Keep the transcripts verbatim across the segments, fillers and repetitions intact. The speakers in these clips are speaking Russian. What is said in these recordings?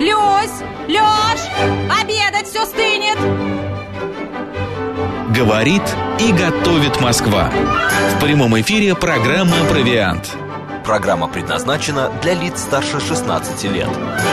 Люсь! Лёш! Обедать все стынет! Говорит и готовит Москва. В прямом эфире программа «Провиант». Программа предназначена для лиц старше шестнадцати лет.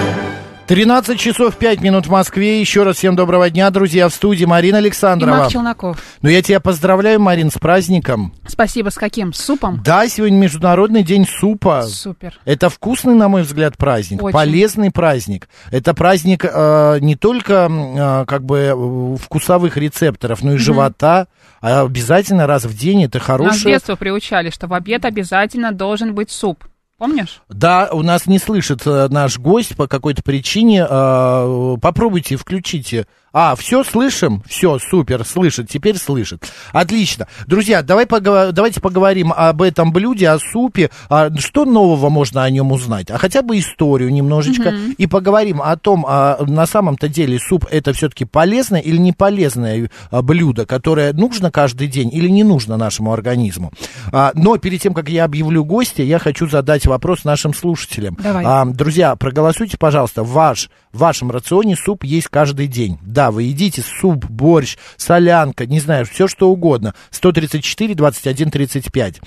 тринадцать часов пять минут в Москве. Еще раз всем доброго дня, друзья. В студии Марина Александрова. И Марк Челноков. Ну, я тебя поздравляю, Марин, с праздником. Спасибо. С каким? С супом? Да, сегодня Международный день супа. Супер. Это вкусный, на мой взгляд, праздник. Очень. Полезный праздник. Это праздник э, не только э, как бы вкусовых рецепторов, но и mm-hmm. живота. А обязательно раз в день это хорошее. Нас с детства приучали, что в обед обязательно должен быть суп. Помнишь? Да, у нас не слышит э, наш гость по какой-то причине. Э, попробуйте, включите. А, все, слышим? Все, супер, слышит, теперь слышит. Отлично. Друзья, давай поговор... давайте поговорим об этом блюде, о супе. А, что нового можно о нем узнать? А хотя бы историю немножечко. Mm-hmm. И поговорим о том, а, на самом-то деле суп это все-таки полезное или не полезное а, блюдо, которое нужно каждый день или не нужно нашему организму. А, но перед тем, как я объявлю гостя, я хочу задать вопрос нашим слушателям. Давай. А, друзья, проголосуйте, пожалуйста. Ваш, в вашем рационе суп есть каждый день. Да, вы едите суп, борщ, солянка, не знаю, все что угодно. сто тридцать четыре двадцать один тридцать пять.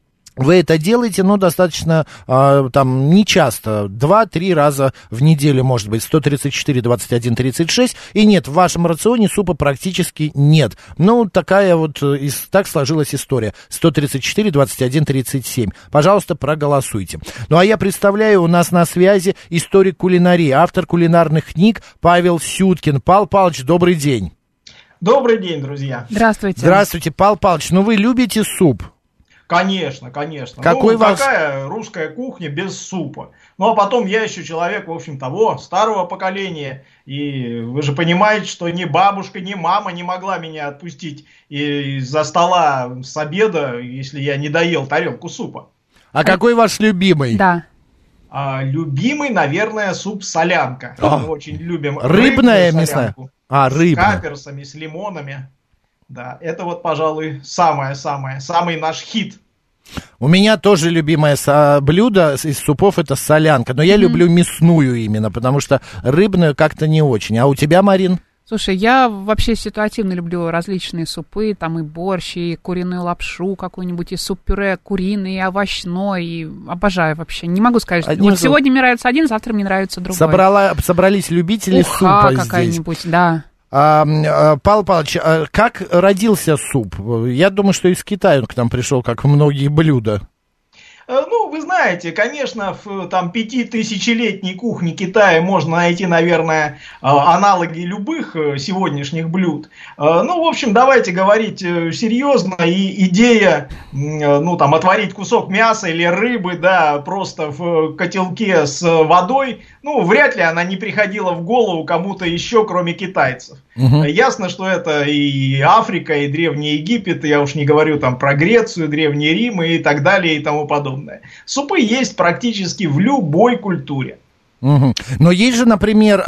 Вы это делаете, но достаточно, э, там, не часто, два-три раза в неделю, может быть, сто тридцать четыре двадцать один тридцать шесть, и нет, в вашем рационе супа практически нет. Ну, такая вот, так сложилась история, сто тридцать четыре двадцать один тридцать семь. Пожалуйста, проголосуйте. Ну, а я представляю, у нас на связи историк кулинарии, автор кулинарных книг Павел Сюткин. Павел Павлович, добрый день. Добрый день, друзья. Здравствуйте. Здравствуйте, Павел Павлович, ну вы любите суп? Конечно, конечно. Какой ну, вас... такая русская кухня без супа. Ну, а потом я еще человек, в общем, того, старого поколения. И вы же понимаете, что ни бабушка, ни мама не могла меня отпустить из-за стола с обеда, если я не доел тарелку супа. А, а... какой ваш любимый? Да. А, любимый, наверное, суп-солянка. А. Мы очень любим рыбная рыбную мясная? солянку. А, рыбная. С каперсами, с лимонами. Да, это вот, пожалуй, самое-самое, самый наш хит. У меня тоже любимое блюдо из супов это солянка, но я mm-hmm. люблю мясную именно, потому что рыбную как-то не очень. А у тебя, Марин? Слушай, я вообще ситуативно люблю различные супы, там и борщ, и куриную лапшу какую-нибудь, и суп-пюре куриный, и овощной, и обожаю вообще. Не могу сказать, что вот сегодня мне нравится один, завтра мне нравится другой. Собрала, собрались любители Уха супа здесь. какая-нибудь, да. А, а, Павел Павлович, а как родился суп? Я думаю, что из Китая он к нам пришел, как многие блюда. Ну, вы знаете, конечно, в там пятитысячелетней кухне Китая можно найти, наверное, аналоги любых сегодняшних блюд. Ну, в общем, давайте говорить серьезно. И идея, ну, там, отварить кусок мяса или рыбы, да, просто в котелке с водой, ну, вряд ли она не приходила в голову кому-то еще, кроме китайцев. Угу. Ясно, что это и Африка, и Древний Египет, я уж не говорю там про Грецию, Древний Рим и так далее и тому подобное. Супы есть практически в любой культуре. Угу. Но есть же, например,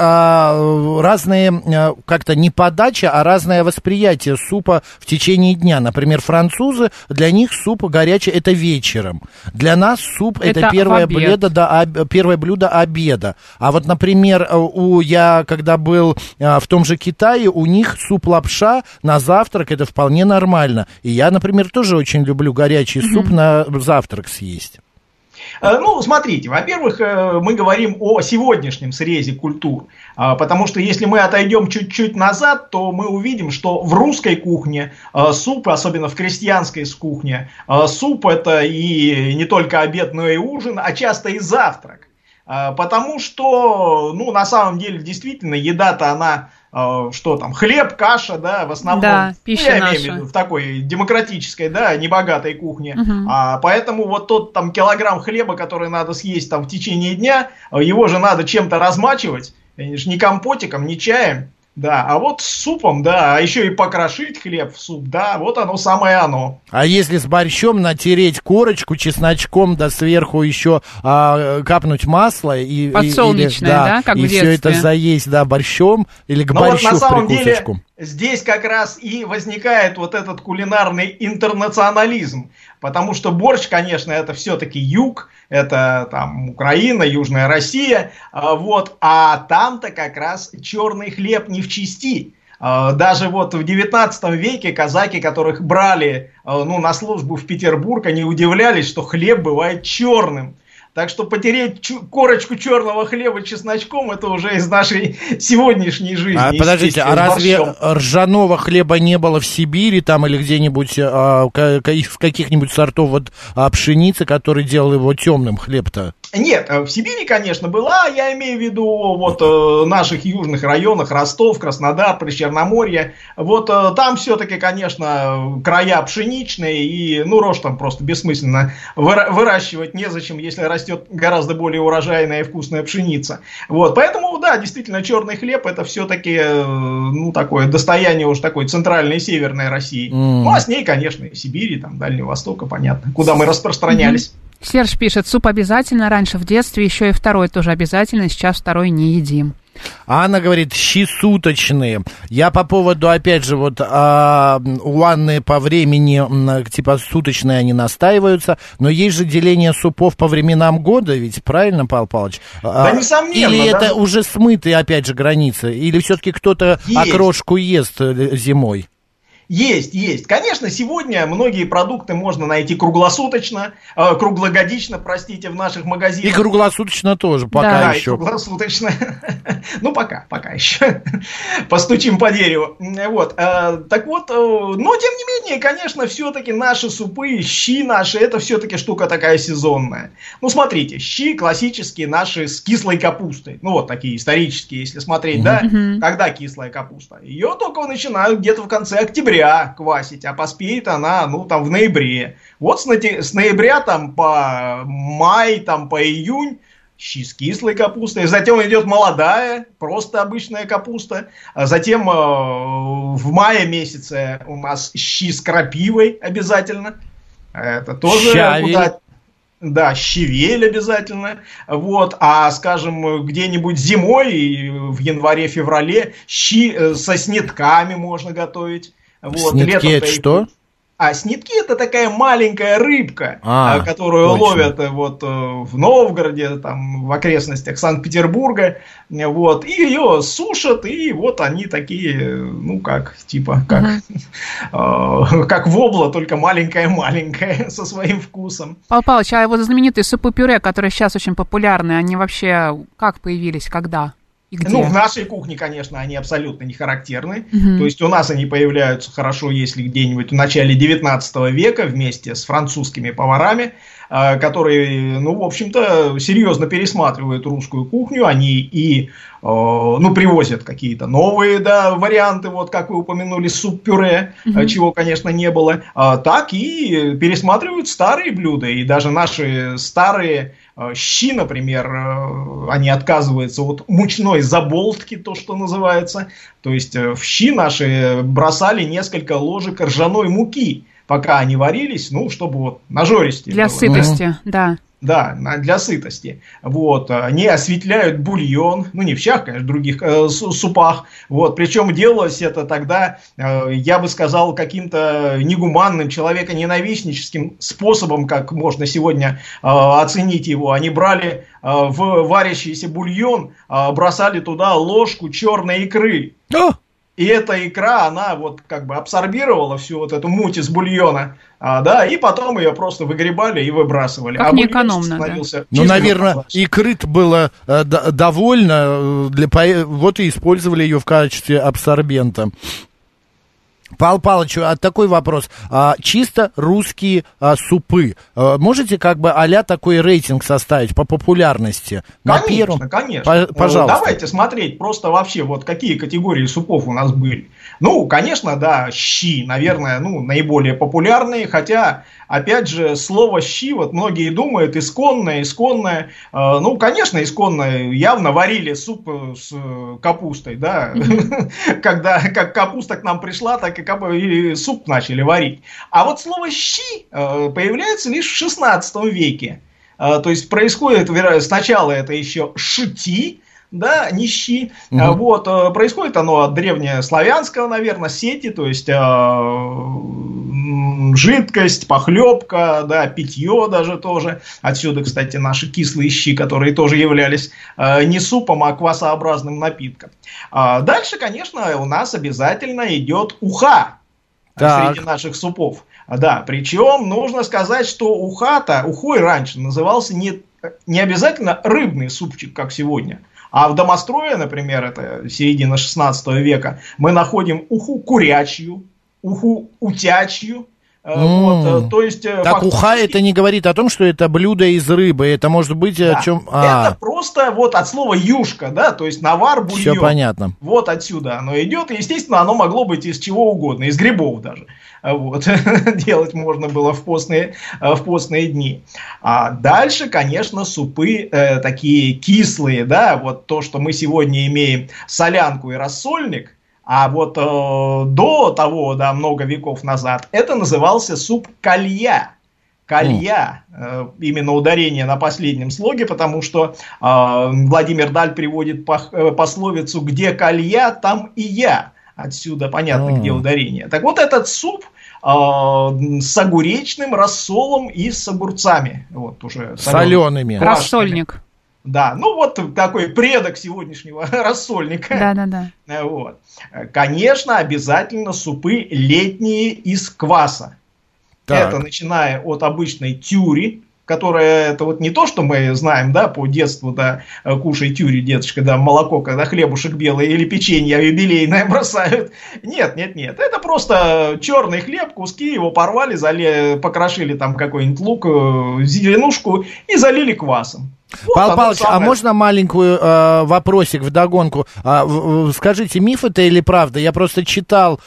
разные, как-то не подача, а разное восприятие супа в течение дня. Например, французы, для них суп горячий это вечером. Для нас суп это, это первое блюдо, до, первое блюдо обеда. А вот, например, у, я когда был в том же Китае, у них суп-лапша на завтрак это вполне нормально. И я, например, тоже очень люблю горячий mm-hmm. суп на завтрак съесть. Ну, смотрите, во-первых, мы говорим о сегодняшнем срезе культур, потому что если мы отойдем чуть-чуть назад, то мы увидим, что в русской кухне суп, особенно в крестьянской кухне, суп это и не только обед, но и ужин, а часто и завтрак. Потому что, ну, на самом деле, действительно, еда-то она, что там, хлеб, каша, да, в основном, да, пища я наша. имею в виду, в такой демократической, да, небогатой кухне. Угу. А, поэтому вот тот там килограмм хлеба, который надо съесть там в течение дня, его же надо чем-то размачивать, не компотиком, не чаем. Да, а вот с супом, да, а еще и покрошить хлеб в суп, да, вот оно самое оно. А если с борщом натереть корочку чесночком, да сверху еще а, капнуть масло и подсолнечное, или, да, да, как и в детстве. все это заесть, да, борщом или к Но борщу вот на в самом прикусочку. Деле, здесь как раз и возникает вот этот кулинарный интернационализм. Потому что борщ, конечно, это все-таки юг, это там Украина, Южная Россия, вот, а там-то как раз черный хлеб не в чести. Даже вот в девятнадцатом веке казаки, которых брали ну, на службу в Петербург, они удивлялись, что хлеб бывает черным. Так что потереть чу- корочку черного хлеба чесночком, это уже из нашей сегодняшней жизни. А, подождите, а разве ржаного хлеба не было в Сибири там или где-нибудь а, из каких-нибудь сортов вот, а, пшеницы, который делал его темным хлеб-то? Нет, в Сибири, конечно, была, я имею в виду вот э, наших южных районах, Ростов, Краснодар, Причерноморье. Вот э, там все-таки, конечно, края пшеничные, и ну рожь там просто бессмысленно выра- выращивать незачем, если растет гораздо более урожайная и вкусная пшеница. Вот, поэтому, да, действительно, черный хлеб это все-таки, э, ну, такое достояние уж такой центральной и северной России. Mm. Ну, а с ней, конечно, и Сибири, там, Дальнего Востока, понятно, куда мы распространялись. Mm-hmm. Серж пишет, суп обязательно, раньше в детстве, еще и второй тоже обязательно, сейчас второй не едим. Анна говорит, щи суточные. Я по поводу, опять же, вот а, у Анны по времени, типа, суточные они настаиваются, но есть же деление супов по временам года, ведь, правильно, Павел Павлович? Да, несомненно. Или да? это уже смытые, опять же, границы? Или все-таки кто-то есть. Окрошку ест зимой? Есть, есть. Конечно, сегодня многие продукты можно найти круглосуточно, э, круглогодично, простите, в наших магазинах. И круглосуточно тоже, пока да, еще. Да, и круглосуточно. Ну, пока, пока еще. Постучим по дереву. Вот. Так вот, но тем не менее, конечно, все-таки наши супы, щи наши, это все-таки штука такая сезонная. Ну, смотрите, щи классические наши с кислой капустой. Ну, вот такие исторические, если смотреть, да. Когда кислая капуста? Ее только начинают где-то в конце октября квасить, а поспеет она, ну, там, в ноябре. Вот с, на- с ноября, там, по май, там, по июнь щи с кислой капустой. Затем идет молодая, просто обычная капуста. А затем э, в мае месяце у нас щи с крапивой обязательно. Это тоже куда... Да, щавель обязательно. Вот. А, скажем, где-нибудь зимой, в январе-феврале, щи со снетками можно готовить. Вот. Снитки это что? А снитки это такая маленькая рыбка, а, которую точно. ловят вот в Новгороде, там в окрестностях Санкт-Петербурга, вот, и ее сушат, и вот они такие, ну как, типа, как, uh-huh. э, как вобла, только маленькая-маленькая, со своим вкусом. Павел Павлович, а вот знаменитые супы-пюре, которые сейчас очень популярны, они вообще как появились, когда? Ну, в нашей кухне, конечно, они абсолютно не характерны. Uh-huh. То есть у нас они появляются хорошо, если где-нибудь в начале девятнадцатого века вместе с французскими поварами, которые, ну, в общем-то, серьезно пересматривают русскую кухню. Они и, ну, привозят какие-то новые, да, варианты, вот как вы упомянули, суп-пюре, uh-huh. чего, конечно, не было. Так и пересматривают старые блюда. И даже наши старые щи, например, они отказываются от мучной заболтки, то, что называется. То есть в щи наши бросали несколько ложек ржаной муки, пока они варились, ну, чтобы вот нажористее Для было. сытости, да. Да, для сытости. Вот. Они осветляют бульон, ну, не в щах, конечно, в других э, супах. Вот. Причем делалось это тогда, э, я бы сказал, каким-то негуманным, человеконенавистническим способом, как можно сегодня э, оценить его. Они брали э, в варящийся бульон, э, бросали туда ложку черной икры. И эта икра, она вот как бы абсорбировала всю вот эту муть из бульона, а, да, и потом ее просто выгребали и выбрасывали. Как а неэкономно, да. Ну, наверное, икры-то было э, д- довольно, для, вот и использовали ее в качестве абсорбента. Павел Павлович, а такой вопрос. А, чисто русские а, супы. А, можете как бы а-ля такой рейтинг составить по популярности? На конечно, первом? конечно. Пожалуйста. Давайте смотреть просто вообще, вот какие категории супов у нас были. Ну, конечно, да, щи, наверное, ну, наиболее популярные, хотя, опять же, слово щи, вот многие думают, исконное, исконное. Э, ну, конечно, исконное, явно варили суп с капустой, да, mm-hmm. когда как капуста к нам пришла, так и, и суп начали варить. А вот слово щи э, появляется лишь в шестнадцатом веке. Э, то есть происходит, сначала это еще шити, да, нищи. Угу. Вот, происходит оно от древнеславянского, наверное, сети, то есть жидкость, похлебка, да, питье даже тоже. Отсюда, кстати, наши кислые щи, которые тоже являлись не супом, а квасообразным напитком. Дальше, конечно, у нас обязательно идет уха так. среди наших супов. Да, причем нужно сказать, что уха-то, ухой раньше назывался не, не обязательно рыбный супчик, как сегодня. А в домострое, например, это середина шестнадцатого века, мы находим уху курячью, уху утячью. Mm. Вот, то есть, так фактически... уха это не говорит о том, что это блюдо из рыбы, это может быть да. о чем... А. Это просто вот от слова юшка, да, то есть навар, бульон. Все понятно. Вот отсюда оно идет, и, естественно, оно могло быть из чего угодно, из грибов даже. Вот. Делать можно было в постные, в постные дни. А дальше, конечно, супы э, такие кислые, да, вот то, что мы сегодня имеем солянку и рассольник. А вот э, до того, да, много веков назад, это назывался суп калья. Калья, э, именно ударение на последнем слоге, потому что э, Владимир Даль приводит по, э, пословицу «где калья, там и я». Отсюда понятно, mm. где ударение. Так вот, этот суп э, с огуречным рассолом и с огурцами. Вот, уже солеными. Рассольник. Да, ну вот такой предок сегодняшнего рассольника. Да-да-да. Вот. Конечно, обязательно супы летние из кваса. Так. Это начиная от обычной тюри, которая, это вот не то, что мы знаем, да, по детству, да, кушай тюри, деточка, да, молоко, когда хлебушек белый или печенье юбилейное бросают. Нет, нет, нет, это просто черный хлеб, куски, его порвали, зали, покрошили там какой-нибудь лук, зеленушку и залили квасом. Вот, Павел Павлович, самое... а можно маленькую э, вопросик вдогонку? А, в, скажите, миф это или правда? Я просто читал,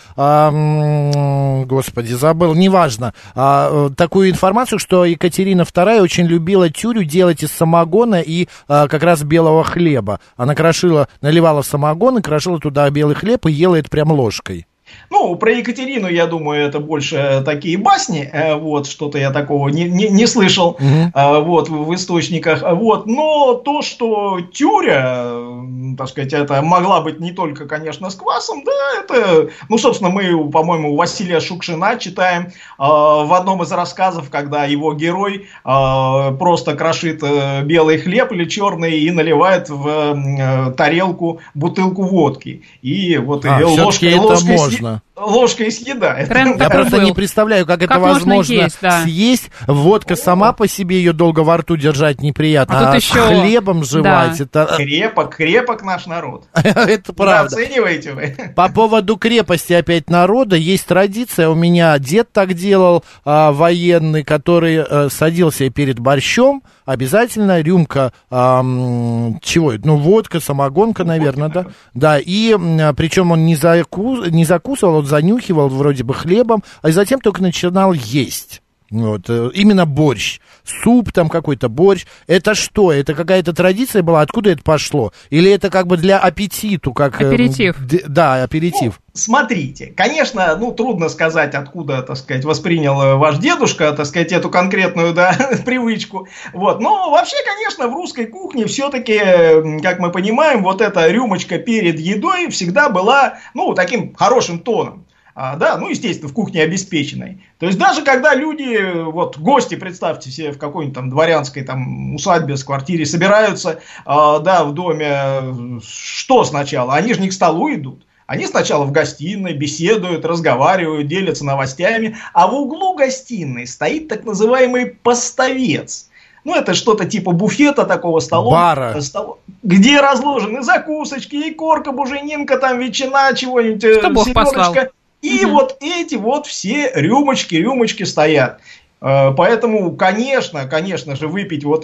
э, господи, забыл, неважно, э, такую информацию, что Екатерина вторая очень любила тюрю делать из самогона и э, как раз белого хлеба. Она крошила, наливала в самогон и крошила туда белый хлеб и ела это прям ложкой. Ну, про Екатерину, я думаю, это больше такие басни, вот, что-то я такого не, не, не слышал, uh-huh. вот, в источниках, вот, но то, что тюря, так сказать, это могла быть не только, конечно, с квасом, да, это, ну, собственно, мы, по-моему, у Василия Шукшина читаем э, в одном из рассказов, когда его герой э, просто крошит э, белый хлеб или черный и наливает в э, тарелку бутылку водки, и вот а, и ложкой, ложкой можно. Ложкой съедает. Тренд Я просто был. не представляю, как, как это возможно есть, да. съесть. Водка сама по себе, ее долго во рту держать неприятно. А, а с еще... хлебом жевать. Да. Это... Крепок, крепок наш народ. Это правда. Оцениваете вы? По поводу крепости опять народа, есть традиция. У меня дед так делал, а, военный, который а, садился перед борщом. Обязательно рюмка, а, чего это? Ну, водка, самогонка, наверное, да? Да, и а, причем он не, заку... не закусывал, он занюхивал вроде бы хлебом, а затем только начинал есть. Вот, именно борщ, суп там какой-то, борщ. Это что? Это какая-то традиция была? Откуда это пошло? Или это как бы для аппетиту? Как, аперитив. Э, да, аперитив. Ну, смотрите, конечно, ну, трудно сказать, откуда, так сказать, воспринял ваш дедушка, так сказать, эту конкретную, да, привычку. Вот, но вообще, конечно, в русской кухне все-таки, как мы понимаем, вот эта рюмочка перед едой всегда была, ну, таким хорошим тоном. А, да, ну, естественно, в кухне обеспеченной. То есть, даже когда люди, вот, гости, представьте себе, в какой-нибудь там дворянской там усадьбе, с квартире собираются, а, да, в доме, что сначала? Они же не к столу идут. Они сначала в гостиной беседуют, разговаривают, делятся новостями, а в углу гостиной стоит так называемый поставец. Ну, это что-то типа буфета такого, стола, бара, стол, где разложены закусочки, и корка, буженинка, там ветчина, чего-нибудь, что Бог послал. И угу. вот эти вот все рюмочки, рюмочки стоят. Поэтому, конечно, конечно же, выпить вот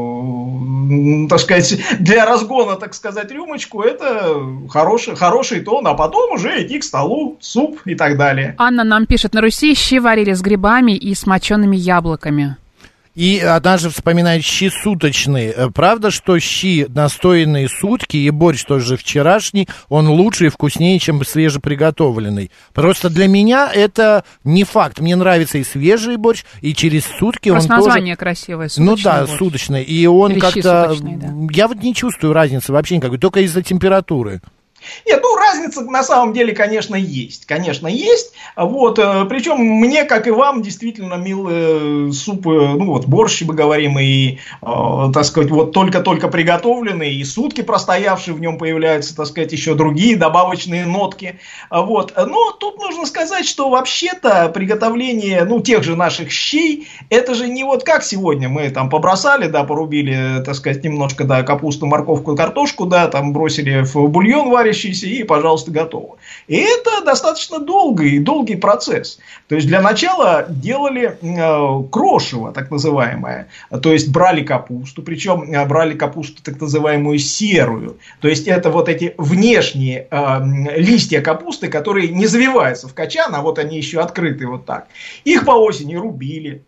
эту, так сказать, для разгона, так сказать, рюмочку, это хороший, хороший тон, а потом уже идти к столу, суп и так далее. Анна нам пишет, на Руси щи варили с грибами и с мочеными яблоками. И она же вспоминает щи суточные. Правда, что щи настоянные сутки и борщ тоже вчерашний, он лучше и вкуснее, чем свежеприготовленный? Просто для меня это не факт. Мне нравится и свежий борщ, и через сутки Просто он тоже... название красивое, суточный Ну да, борщ. суточный. И он Или как-то... суточные, да. Я вот не чувствую разницы вообще никакой, только из-за температуры. Нет, ну разница на самом деле, конечно, есть. Конечно, есть. Вот, причем мне, как и вам, действительно мил э, суп, ну вот борщ, мы говорим, и, э, так сказать, вот только-только приготовленный, и сутки простоявшие, в нем появляются, так сказать, еще другие добавочные нотки. Вот. Но тут нужно сказать, что вообще-то приготовление, ну, тех же наших щей, это же не вот как сегодня мы там побросали, да, порубили, так сказать, немножко, да, капусту, морковку, картошку, да, там бросили в бульон варящий, и, пожалуйста, готово. И это достаточно долгий, долгий процесс. То есть, для начала делали э, крошево, так называемое. То есть, брали капусту, причем э, брали капусту, так называемую серую. То есть, это вот эти внешние э, листья капусты, которые не завиваются в качан, а вот они еще открыты вот так. Их по осени рубили.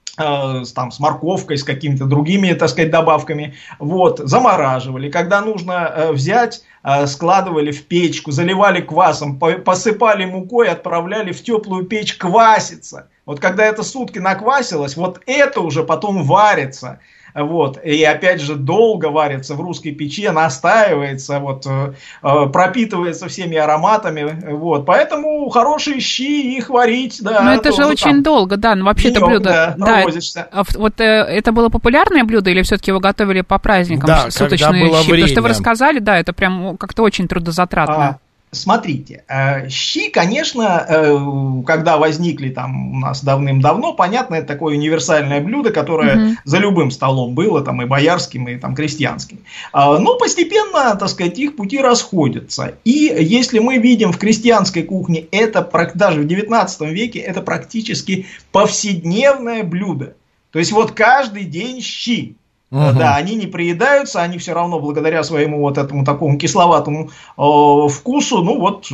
Там, с морковкой, с какими-то другими, так сказать, добавками, вот, замораживали. Когда нужно э, взять, э, складывали в печку, заливали квасом, по- посыпали мукой, отправляли в теплую печь кваситься. Вот когда это сутки наквасилось, вот это уже потом варится. Вот, и опять же долго варится в русской печи, настаивается, вот, э, пропитывается всеми ароматами, вот, поэтому хорошие щи, их варить, да. Но это же очень там долго, да, но вообще это блюдо, да, да, вот э, это было популярное блюдо или все-таки его готовили по праздникам, да, суточные было щи, время. Потому что вы рассказали, да, это прям как-то очень трудозатратно. А... Смотрите, щи, конечно, когда возникли там у нас давным-давно, понятно, это такое универсальное блюдо, которое угу. за любым столом было, там и боярским, и там крестьянским. Но постепенно, так сказать, их пути расходятся. И если мы видим в крестьянской кухне, это даже в девятнадцатом веке, это практически повседневное блюдо. То есть вот каждый день щи. Угу. Да, они не приедаются, они все равно благодаря своему вот этому такому кисловатому э, вкусу, ну вот,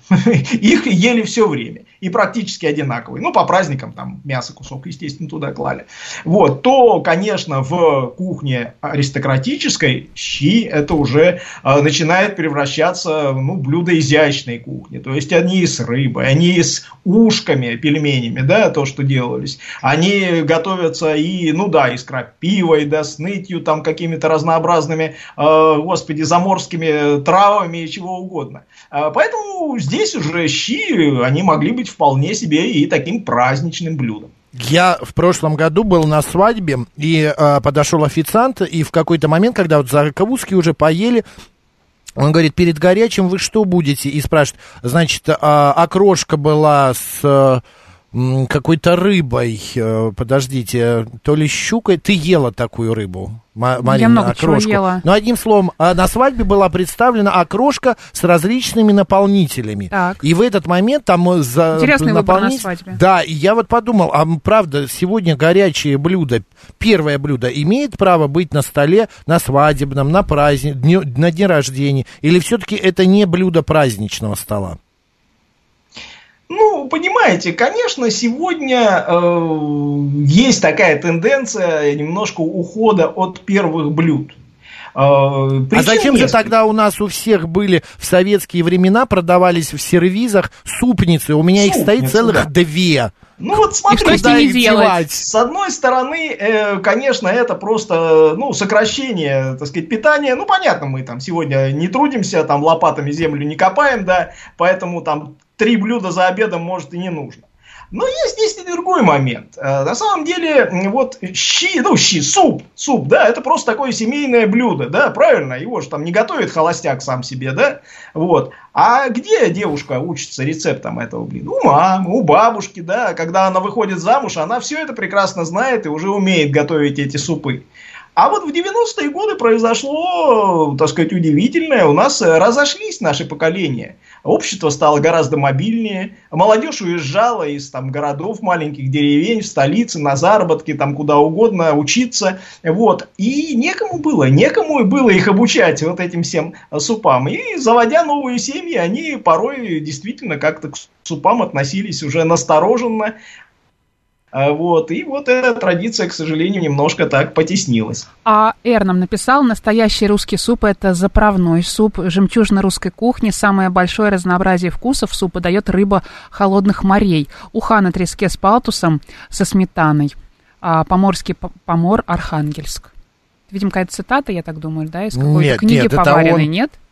их ели все время. И практически одинаковые. Ну, по праздникам там мясо, кусок, естественно, туда клали. Вот, то, конечно, в кухне аристократической щи это уже э, начинает превращаться, ну, в блюдо изящной кухни. То есть, они с рыбой, они с ушками, пельменями, да, то, что делались. Они готовятся и, ну да, и с крапивой, да, с нытью, там, какими-то разнообразными, э, господи, заморскими травами и чего угодно. Э, поэтому здесь уже щи, они могли быть вполне себе и таким праздничным блюдом. Я в прошлом году был на свадьбе, и э, подошел официант, и в какой-то момент, когда вот закуски уже поели, он говорит, перед горячим вы что будете? И спрашивает, значит, э, окрошка была с... Э, какой-то рыбой, подождите, то ли щукой. Ты ела такую рыбу, Марина? Я много окрошку. чего ела. Но одним словом, на свадьбе была представлена окрошка с различными наполнителями. Так. И в этот момент там... За Интересный наполнитель... выбор на свадьбе. Да, и я вот подумал, а правда, сегодня горячее блюдо, первое блюдо, имеет право быть на столе на свадебном, на праздник, дню, на дне рождения? Или все-таки это не блюдо праздничного стола? Ну, понимаете, конечно, сегодня э, есть такая тенденция немножко ухода от первых блюд. Э, а зачем несколько. же тогда у нас у всех были в советские времена, продавались в сервизах супницы? У меня Супницы, их стоит целых да. две. Ну вот смотрите, что с, делать? С одной стороны, э, конечно, это просто, ну, сокращение, так сказать, питания. Ну, понятно, мы там сегодня не трудимся, там лопатами землю не копаем, да, поэтому там три блюда за обедом, может, и не нужно. Но есть, есть и другой момент. На самом деле, вот щи, ну щи, суп, суп, да, это просто такое семейное блюдо, да, правильно, его же там не готовит холостяк сам себе, да, вот. А где девушка учится рецептам этого блюда? У мамы, у бабушки, да, когда она выходит замуж, она все это прекрасно знает и уже умеет готовить эти супы. А вот в девяностые годы произошло, так сказать, удивительное. У нас разошлись наши поколения. Общество стало гораздо мобильнее. Молодежь уезжала из там, городов, маленьких деревень, в столицы, на заработки, там куда угодно учиться. Вот. И некому было, некому было их обучать вот этим всем супам. И заводя новые семьи, они порой действительно как-то к супам относились уже настороженно. Вот, и вот эта традиция, к сожалению, немножко так потеснилась. А Эр нам написал, настоящий русский суп – это заправной суп, жемчужина русской кухни. Самое большое разнообразие вкусов супа дает рыба холодных морей. Уха на треске с палтусом, со сметаной. А поморский помор Архангельск. Видимо, какая-то цитата, я так думаю, да, из какой-то нет, книги нет, поваренной, он... нет?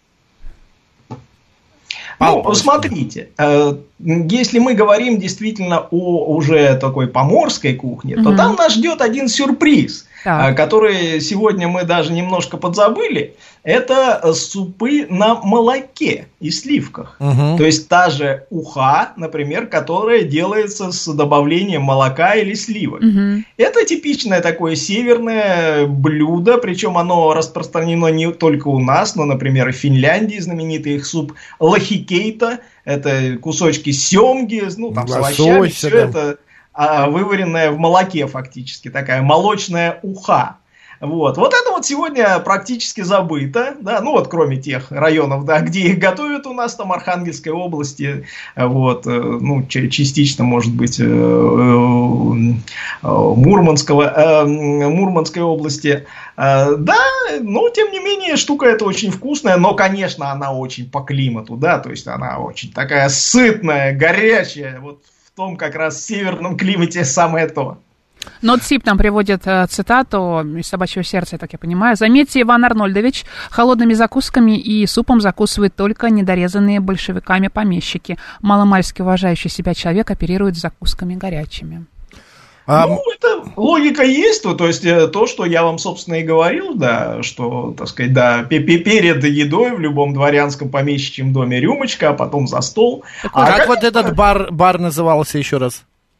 Ну, смотрите, если мы говорим действительно о уже такой поморской кухне, то угу. там нас ждет один сюрприз, так. который сегодня мы даже немножко подзабыли. Это супы на молоке и сливках. Угу. То есть та же уха, например, которая делается с добавлением молока или сливок. Угу. Это типичное такое северное блюдо, причем оно распространено не только у нас, но, например, в Финляндии знаменитый их суп лахикейта. Это кусочки семги, ну, там, с овощами, все да. это а, вываренное в молоке фактически, такая молочная уха. Вот. вот это вот сегодня практически забыто, да, ну вот кроме тех районов, да, где их готовят у нас, там Архангельской области, вот, ну, частично, может быть, Мурманского, Мурманской области, да, но тем не менее штука эта очень вкусная, но, конечно, она очень по климату, да, то есть она очень такая сытная, горячая, вот в том как раз северном климате самое то. Нотсип нам приводит э, цитату из «Собачьего сердца», я так я понимаю. Заметьте, Иван Арнольдович холодными закусками и супом закусывают только недорезанные большевиками помещики. Маломальски уважающий себя человек оперирует закусками горячими. А... Ну, это логика есть, то, то есть то, что я вам, собственно, и говорил, да, что, так сказать, да, перед едой в любом дворянском помещичьем доме рюмочка, а потом за стол. Так, а как, как вот этот бар, бар назывался еще раз?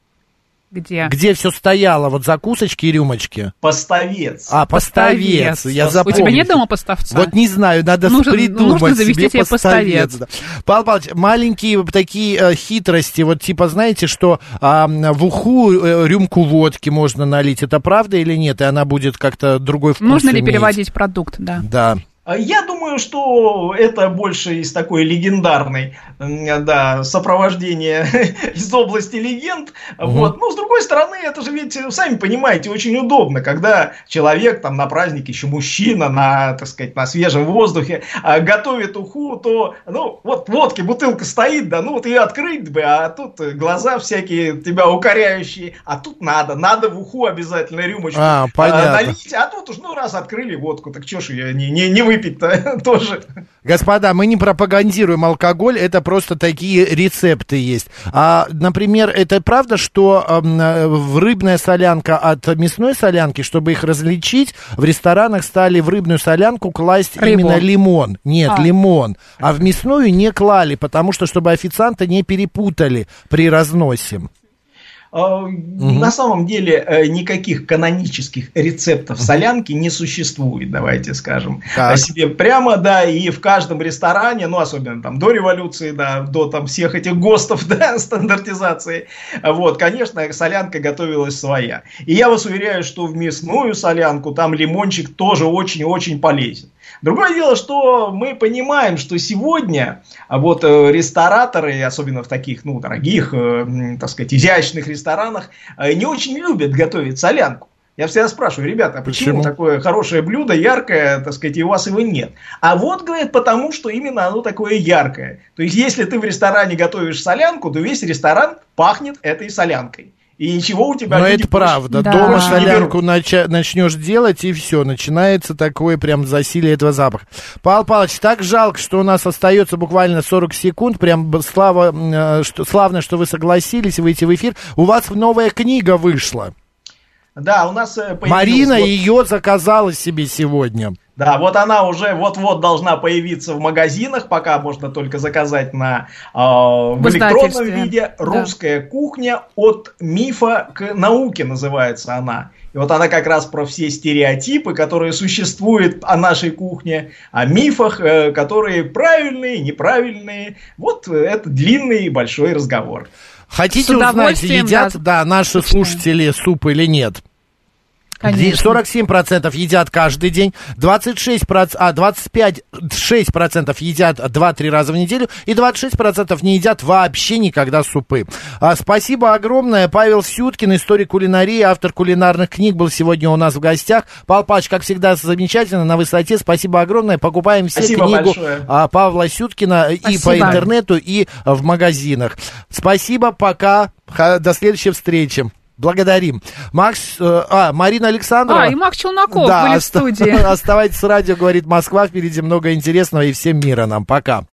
Где? Где все стояло, вот закусочки и рюмочки. Поставец. А, поставец, поставец. Я запомнил. У тебя нет дома поставца? Вот не знаю, надо нужно, придумать нужно завести себе поставец. Да. Павел Павлович, маленькие такие э, хитрости, вот типа, знаете, что э, в уху э, рюмку водки можно налить, это правда или нет? И она будет как-то другой вкус Нужно ли иметь? переводить продукт, да. Да. Я думаю, что это больше из такой легендарной, да, сопровождения из области легенд. Угу. Вот. Но, с другой стороны, это же ведь, сами понимаете, очень удобно, когда человек там на празднике, еще мужчина, на, так сказать, на свежем воздухе, готовит уху, то, ну, вот водки, бутылка стоит, да, ну, вот ее открыть бы, а тут глаза всякие тебя укоряющие, а тут надо, надо в уху обязательно рюмочку а, налить, а тут уж, ну, раз открыли водку, так что ж ее не, не, не выпить выпить-то тоже. Господа, мы не пропагандируем алкоголь, это просто такие рецепты есть. А, например, это правда, что э, рыбная солянка от мясной солянки, чтобы их различить, в ресторанах стали в рыбную солянку класть Рыбу. именно лимон. Нет, а. лимон. А в мясную не клали, потому что, чтобы официанты не перепутали при разносе. Угу. На самом деле никаких канонических рецептов солянки не существует, давайте скажем о себе прямо, да, и в каждом ресторане, ну, особенно там до революции, да, до там всех этих ГОСТов, да, стандартизации, вот, конечно, солянка готовилась своя. И я вас уверяю, что в мясную солянку там лимончик тоже очень-очень полезен. Другое дело, что мы понимаем, что сегодня вот рестораторы, особенно в таких, ну, дорогих, так сказать, изящных ресторанах, не очень любят готовить солянку. Я всегда спрашиваю, ребята, а почему, почему такое хорошее блюдо, яркое, так сказать, и у вас его нет? А вот, говорят, потому что именно оно такое яркое. То есть, если ты в ресторане готовишь солянку, то весь ресторан пахнет этой солянкой. И ничего у тебя... Но это правда. Да. Дома солянку нача- начнешь делать, и все, начинается такое прям засилие этого запаха. Павел Павлович, так жалко, что у нас остается буквально сорок секунд. Прям слава, что, славно, что вы согласились выйти в эфир. У вас новая книга вышла. Да, у нас появилась... Марина вот... ее заказала себе сегодня. Да, вот она уже вот-вот должна появиться в магазинах, пока можно только заказать на, э, в, в электронном виде. «Русская да. кухня. От мифа к науке» называется она. И вот она как раз про все стереотипы, которые существуют о нашей кухне, о мифах, э, которые правильные, неправильные. Вот это длинный и большой разговор. Хотите узнать, едят да, да, наши слушатели суп или нет? Конечно. сорок семь процентов едят каждый день, двадцать шесть процентов, а двадцать пять шесть процентов едят два-три раза в неделю, и двадцать шесть процентов не едят вообще никогда супы. А, спасибо огромное. Павел Сюткин, историк кулинарии, автор кулинарных книг, был сегодня у нас в гостях. Павел Павлович, как всегда, замечательно, на высоте. Спасибо огромное. Покупаем все Спасибо книгу большое. Павла Сюткина и Спасибо. по интернету, и в магазинах. Спасибо, пока. До следующей встречи. Благодарим. Макс, э, а, Марина Александрова. А, и Макс Челноков да, были оста- в студии. Оставайтесь с радио, говорит Москва. Впереди много интересного, и всем мира нам. Пока.